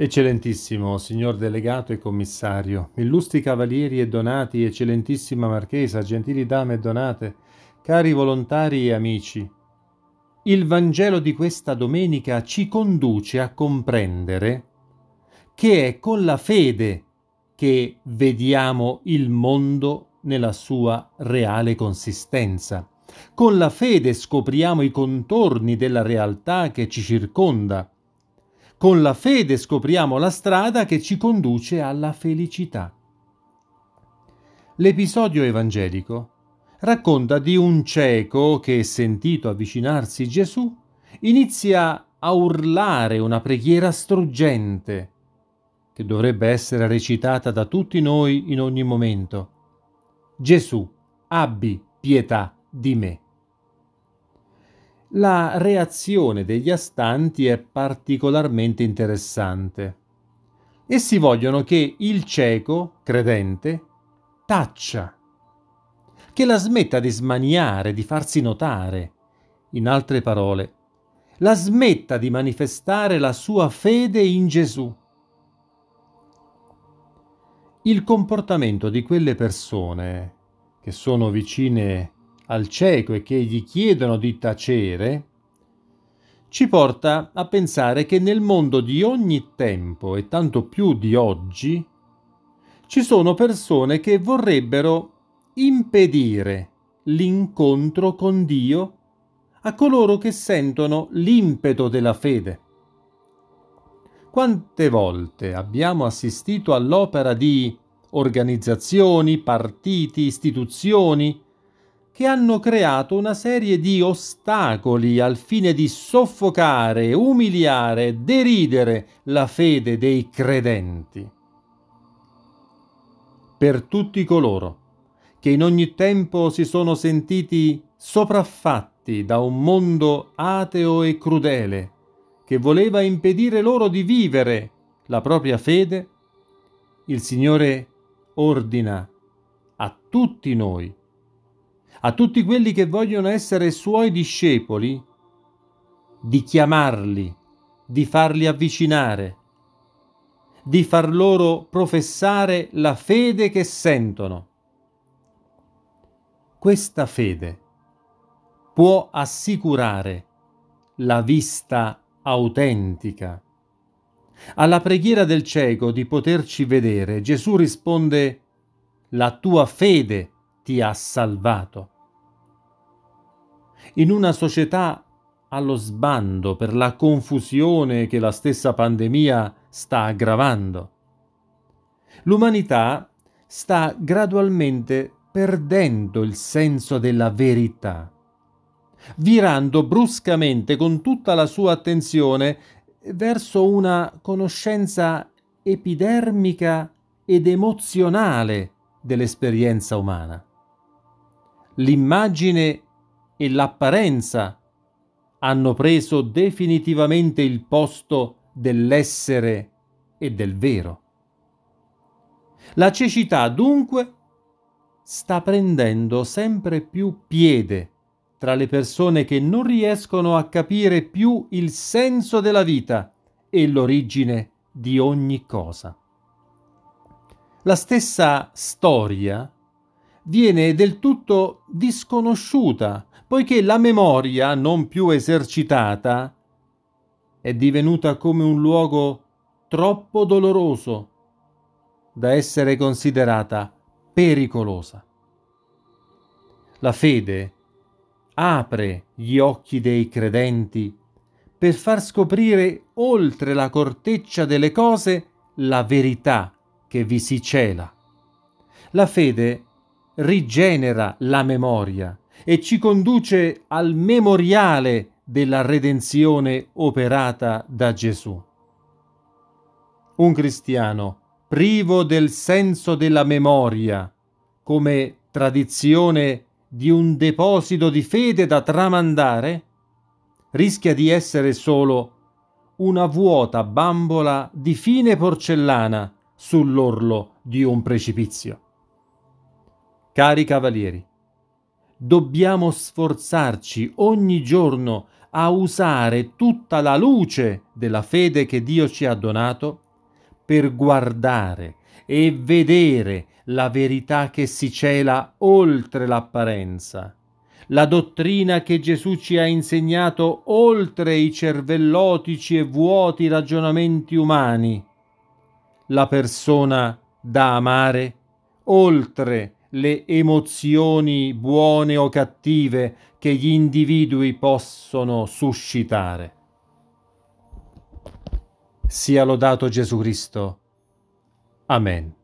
Eccellentissimo signor delegato e commissario, illustri cavalieri e donati, eccellentissima marchesa, gentili dame e donate, cari volontari e amici, il Vangelo di questa domenica ci conduce a comprendere che è con la fede che vediamo il mondo nella sua reale consistenza. Con la fede scopriamo i contorni della realtà che ci circonda. Con la fede scopriamo la strada che ci conduce alla felicità. L'episodio evangelico racconta di un cieco che, sentito avvicinarsi Gesù, inizia a urlare una preghiera struggente che dovrebbe essere recitata da tutti noi in ogni momento. Gesù, abbi pietà di me. La reazione degli astanti è particolarmente interessante. Essi vogliono che il cieco, credente, taccia, che la smetta di smaniare, di farsi notare. In altre parole, la smetta di manifestare la sua fede in Gesù. Il comportamento di quelle persone che sono vicine al cieco e che gli chiedono di tacere ci porta a pensare che nel mondo di ogni tempo e tanto più di oggi ci sono persone che vorrebbero impedire l'incontro con Dio a coloro che sentono l'impeto della fede. Quante volte abbiamo assistito all'opera di organizzazioni, partiti, istituzioni che hanno creato una serie di ostacoli al fine di soffocare, umiliare, deridere la fede dei credenti. Per tutti coloro che in ogni tempo si sono sentiti sopraffatti da un mondo ateo e crudele, che voleva impedire loro di vivere la propria fede, il Signore ordina a tutti noi, a tutti quelli che vogliono essere Suoi discepoli, di chiamarli, di farli avvicinare, di far loro professare la fede che sentono. Questa fede può assicurare la vista autentica. Alla preghiera del cieco di poterci vedere, Gesù risponde: la tua fede ti ha salvato. In una società allo sbando per la confusione che la stessa pandemia sta aggravando, l'umanità sta gradualmente perdendo il senso della verità, virando bruscamente con tutta la sua attenzione verso una conoscenza epidermica ed emozionale dell'esperienza umana. L'immagine e l'apparenza hanno preso definitivamente il posto dell'essere e del vero. La cecità, dunque, sta prendendo sempre più piede tra le persone che non riescono a capire più il senso della vita e l'origine di ogni cosa. La stessa storia viene del tutto disconosciuta, poiché la memoria, non più esercitata, è divenuta come un luogo troppo doloroso da essere considerata pericolosa. La fede apre gli occhi dei credenti per far scoprire oltre la corteccia delle cose la verità che vi si cela. La fede rigenera la memoria e ci conduce al memoriale della redenzione operata da Gesù. Un cristiano privo del senso della memoria, come tradizione di un deposito di fede da tramandare, rischia di essere solo una vuota bambola di fine porcellana sull'orlo di un precipizio. Cari cavalieri, dobbiamo sforzarci ogni giorno a usare tutta la luce della fede che Dio ci ha donato per guardare e vedere la verità che si cela oltre l'apparenza, la dottrina che Gesù ci ha insegnato oltre i cervellotici e vuoti ragionamenti umani, la persona da amare oltre le emozioni buone o cattive che gli individui possono suscitare. Sia lodato Gesù Cristo. Amen.